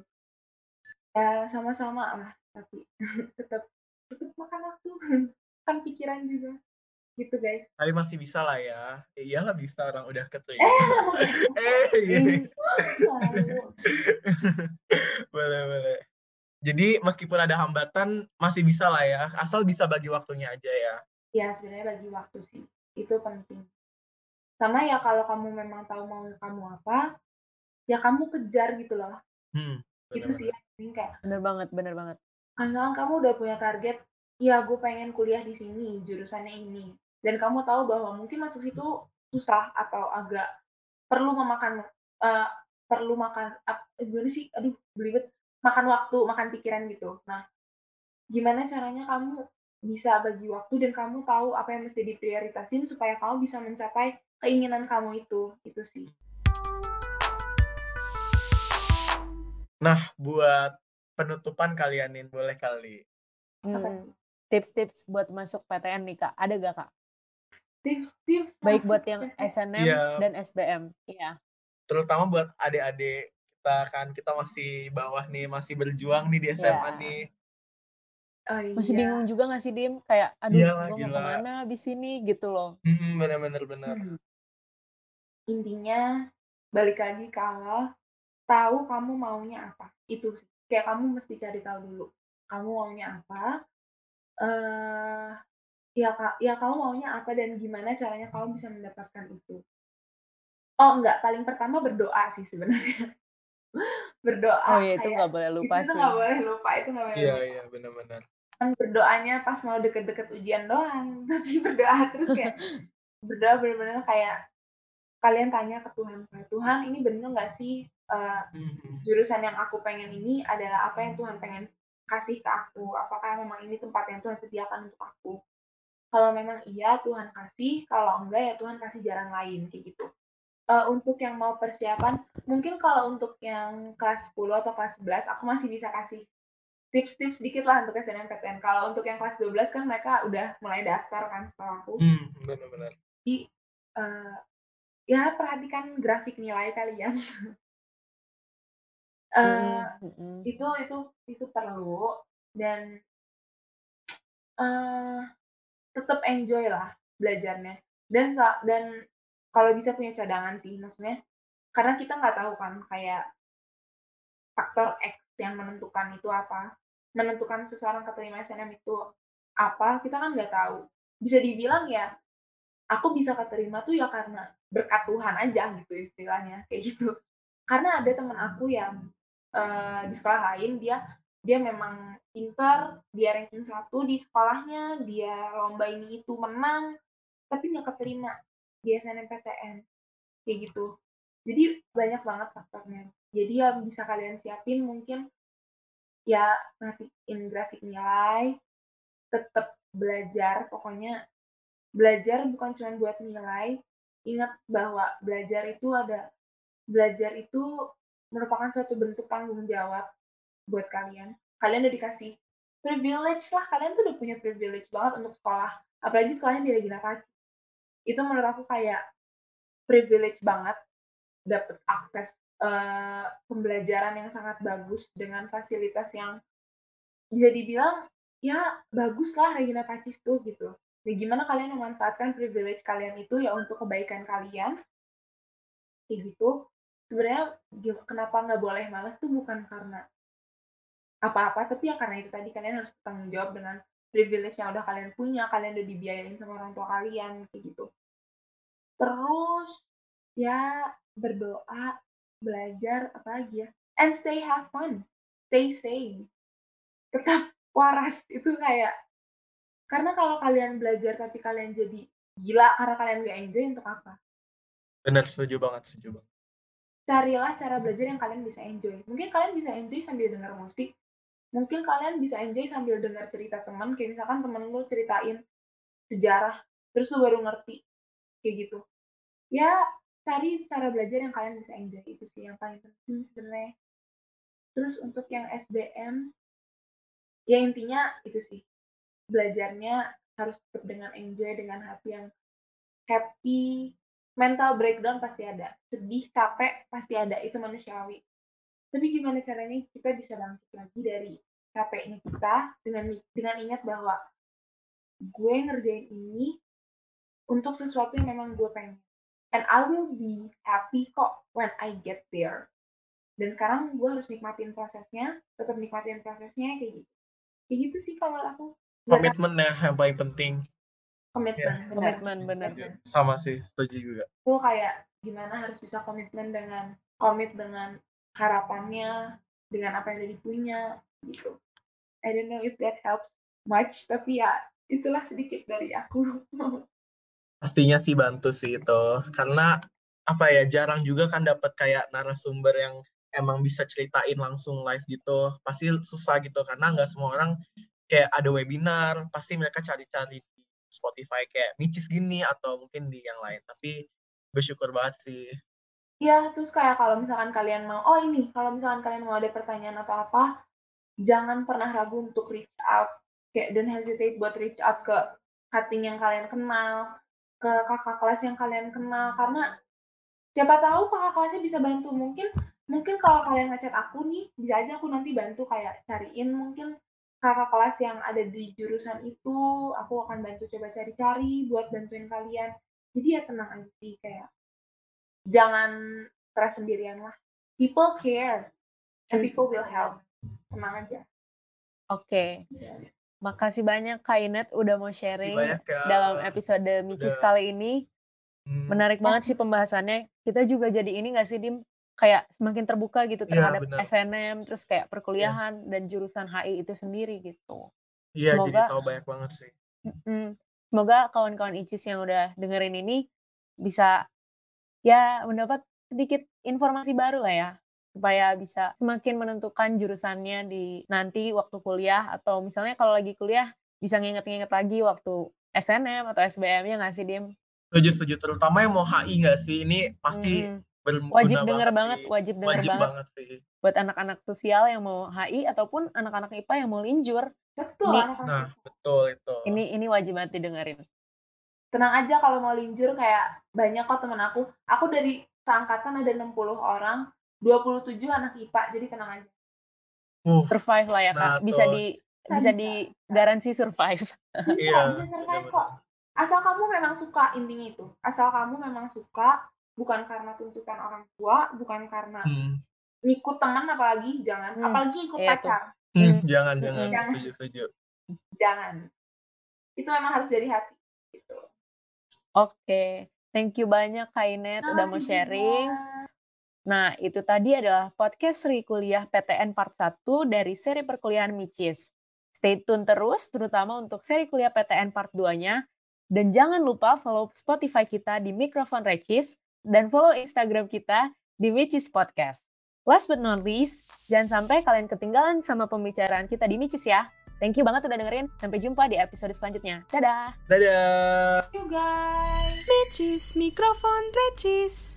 Ya sama-sama lah, tapi tetap tetap makan waktu, kan pikiran juga, gitu guys. Tapi masih bisa lah ya. Ya iyalah bisa orang udah keterima. Eh, Eh, iya. Ih, malu. Boleh, boleh. Jadi meskipun ada hambatan masih bisa lah ya, asal bisa bagi waktunya aja ya. Ya sebenarnya bagi waktu sih, itu penting. Sama ya kalau kamu memang tahu mau kamu apa, ya kamu kejar gitu loh. Hmm, Itu sih benar-benar. yang penting kayak, bener banget bener banget. misalkan kamu udah punya target, "Iya gue pengen kuliah di sini, jurusannya ini." Dan kamu tahu bahwa mungkin masuk situ susah atau agak perlu memakan, eee, perlu makan ap eh, gimana sih? Aduh belibet, makan waktu, makan pikiran gitu. Nah, gimana caranya kamu bisa bagi waktu dan kamu tahu apa yang mesti diprioritasin supaya kamu bisa mencapai keinginan kamu itu, itu sih. Nah, buat penutupan kalian nih, boleh kali. Apa Mhm. tuh? Tips-tips buat masuk P T N nih, Kak, ada nggak, Kak? Tips-tips Baik masuk buat yang P T N. S N M Iya, dan S B M. Iya. terutama buat adik-adik kita kan, kita masih bawah nih, masih berjuang nih di S M A Iya. nih. Oh Masih iya, bingung juga nggak sih, Dim? Kayak, "Aduh, Iyalah, gua mau gila. kemana abis ini?" Gitu loh. Mhm, bener bener bener. hmm, intinya balik lagi ke awal, tahu kamu maunya apa, itu sih. Kayak kamu mesti cari tahu dulu, kamu maunya apa, eee, ya ka ya kamu maunya apa dan gimana caranya kamu bisa mendapatkan itu. Oh enggak, paling pertama berdoa sih sebenarnya. Berdoa Oh ya, itu kayak nggak boleh itu lupa tuh sih. nggak boleh lupa, itu nggak boleh Iya lupa. iya, bener bener. Kan berdoanya pas mau deket-deket ujian doang, tapi berdoa terus kayak berdoa bener-bener kayak kalian tanya ke Tuhan, kayak, "Tuhan ini bener nggak sih, eee, Mhm. jurusan yang aku pengen ini adalah apa yang Tuhan pengen kasih ke aku? Apakah memang ini tempat yang Tuhan sediakan untuk aku?" Kalau memang iya, Tuhan kasih, kalau enggak ya Tuhan kasih jalan lain, kayak gitu. Eee, untuk yang mau persiapan, mungkin kalau untuk yang kelas sepuluh atau kelas sebelas aku masih bisa kasih tips-tips dikit lah untuk S N M P T N. Kalau untuk yang kelas dua belas kan mereka udah mulai daftar kan setahu aku. Mmm, bener bener. Jadi, eee, ya perhatikan grafik nilai kalian. Eee, Mhm mhm. itu itu itu perlu dan, eee, tetep enjoy lah belajarnya. Dan sa dan kalau bisa punya cadangan sih, maksudnya karena kita nggak tahu kan kayak faktor X yang menentukan itu apa, menentukan seseorang keterima S N M itu apa, kita kan nggak tahu. Bisa dibilang ya, aku bisa keterima tuh ya karena berkat Tuhan aja gitu istilahnya, kayak gitu. Karena ada temen aku yang, eee, di sekolah lain dia dia memang pinter, dia ranking satu di sekolahnya, dia lomba ini itu menang, tapi nggak keterima di S N M P T N. kayak gitu. Jadi banyak banget faktornya. Jadi yang bisa kalian siapin mungkin ya ngertiin grafik nilai, tetap belajar, pokoknya belajar bukan cuma buat nilai, ingat bahwa belajar itu ada belajar itu merupakan suatu bentuk tanggung jawab buat kalian. Kalian udah dikasih privilege lah, kalian tuh udah punya privilege banget untuk sekolah, apalagi sekolahnya di Regina Pacis. Itu menurut aku kayak privilege banget dapet akses, eee, pembelajaran yang sangat bagus dengan fasilitas yang bisa dibilang, ya baguslah Regina Pacis tuh gitu. Ya gimana kalian memanfaatkan privilege kalian itu ya untuk kebaikan kalian, kayak gitu. Sebenarnya gim kenapa nggak boleh malas tuh bukan karena apa-apa, tapi ya karena itu tadi kalian harus bertanggung jawab dengan privilege yang udah kalian punya, kalian udah dibiayain sama orang tua kalian, kayak gitu. Terus, ya berdoa, belajar, apalagi ya, and stay have fun, stay sane, tetap waras, itu kayak karena kalau kalian belajar tapi kalian jadi gila karena kalian nggak enjoy untuk apa? Bener, setuju banget, setuju banget. Carilah cara belajar yang kalian bisa enjoy. Mungkin kalian bisa enjoy sambil dengar musik, mungkin kalian bisa enjoy sambil dengar cerita teman, kayak misalkan temen lu ceritain sejarah, terus lu baru ngerti, kayak gitu. Ya, cari cara belajar yang kalian bisa enjoy, itu sih yang paling penting sebenarnya. Terus untuk yang S B M, ya intinya itu sih, belajarnya harus tetap dengan enjoy, dengan hati yang happy, mental breakdown pasti ada, sedih, capek pasti ada, itu manusiawi. Tapi gimana caranya kita bisa bangkit lagi dari capeknya kita dengan dengan ingat bahwa gue ngerjain ini untuk sesuatu yang memang gue pengen. And I will be happy kok when I get there. Dan sekarang gue harus nikmatin prosesnya, tetap nikmatin prosesnya kayak gitu. Kayak gitu sih kalau menurut aku. Nggak Komitmen ya yang paling penting. komitmen, Ya, benar. Komitmen, bener. setuju. Sama sih, setuju juga. Tuh kayak gimana harus bisa komitmen dengan komit dengan harapannya, dengan apa yang udah dipunya gitu. I don't know if that helps much, tapi ya itulah sedikit dari aku. Pastinya sih bantu sih itu. Karena apa ya, jarang juga kan dapat kayak narasumber yang emang bisa ceritain langsung live gitu. Pasti susah gitu karena nggak semua orang kayak ada webinar, pasti mereka cari-cari di Spotify kayak Micis gini atau mungkin di yang lain. Tapi bersyukur banget sih. Iya, terus kayak kalau misalkan kalian mau, oh ini, kalau misalkan kalian mau ada pertanyaan atau apa, jangan pernah ragu untuk reach out. Kayak don't hesitate buat reach out ke cutting yang kalian kenal, ke kakak kelas yang kalian kenal, karena siapa tahu kakak kelasnya bisa bantu. Mungkin mungkin kalau kalian ngechat aku nih, bisa aja aku nanti bantu kayak cariin mungkin kakak kelas yang ada di jurusan itu, aku akan bantu coba cari-cari buat bantuin kalian. Jadi ya tenang aja sih, kayak jangan stres sendirian lah. People care, and people will help. Tenang aja. Oke. Makasih banyak Kak Inet udah mau sharing banyak, Kak. dalam episode Micis Udah. kali ini. Hmm. Menarik banget sih pembahasannya. Kita juga jadi ini gak sih, Dim? Kayak semakin terbuka gitu Iya, terhadap benar. S N M, terus kayak perkuliahan dan jurusan H I itu sendiri gitu. Iya, jadi Semoga tahu banyak banget sih. mm, semoga kawan-kawan Icis yang udah dengerin ini bisa ya mendapat sedikit informasi baru lah ya, supaya bisa semakin menentukan jurusannya di nanti waktu kuliah, atau misalnya kalau lagi kuliah bisa nginget-nginget lagi waktu S N M atau S B M, ya nggak sih, Dim? Setuju, setuju. Terutama yang mau H I nggak sih? Ini pasti Mhm. berguna Wajib denger banget banget, sih. wajib denger Wajib banget banget sih. buat anak-anak sosial yang mau H I ataupun anak-anak I P A yang mau linjur. Betul, Ini anak-anak. Nah, betul itu. ini ini wajib banget didengerin. Tenang aja kalau mau linjur, kayak banyak kok temen aku. Aku dari seangkatan ada enam puluh orang, dua puluh tujuh anak I P A, jadi tenang aja. Uh, Survive lah ya, nah Kak. Bisa tuh. di Bisa, bisa bisa. di garansi survive. Bisa, Iya, bisa survive benar-benar. kok. Asal kamu memang suka, intinya itu. Asal kamu memang suka, bukan karena tuntutan orang tua, bukan karena Hmm. ngikut teman, apalagi jangan, Hmm, apalagi ikut iya tuh. pacar, Hmm, Hmm. jangan, Mm-mm. jangan. Jangan. Setuju, setuju. jangan. Itu memang harus dari hati. Gitu. Oke, thank you banyak Kak Inet udah mau Makasih sharing. juga. Nah, itu tadi adalah podcast Seri Kuliah P T N Part satu dari seri perkuliahan Micis. Stay tune terus, terutama untuk seri kuliah P T N Part dua-nya. Dan jangan lupa follow Spotify kita di Mikrofon Recis dan follow Instagram kita di Micis Podcast. Last but not least, jangan sampai kalian ketinggalan sama pembicaraan kita di Micis ya. Thank you banget udah dengerin. Sampai jumpa di episode selanjutnya. Dadah! Dadah! You guys. Micis, mikrofon Recis.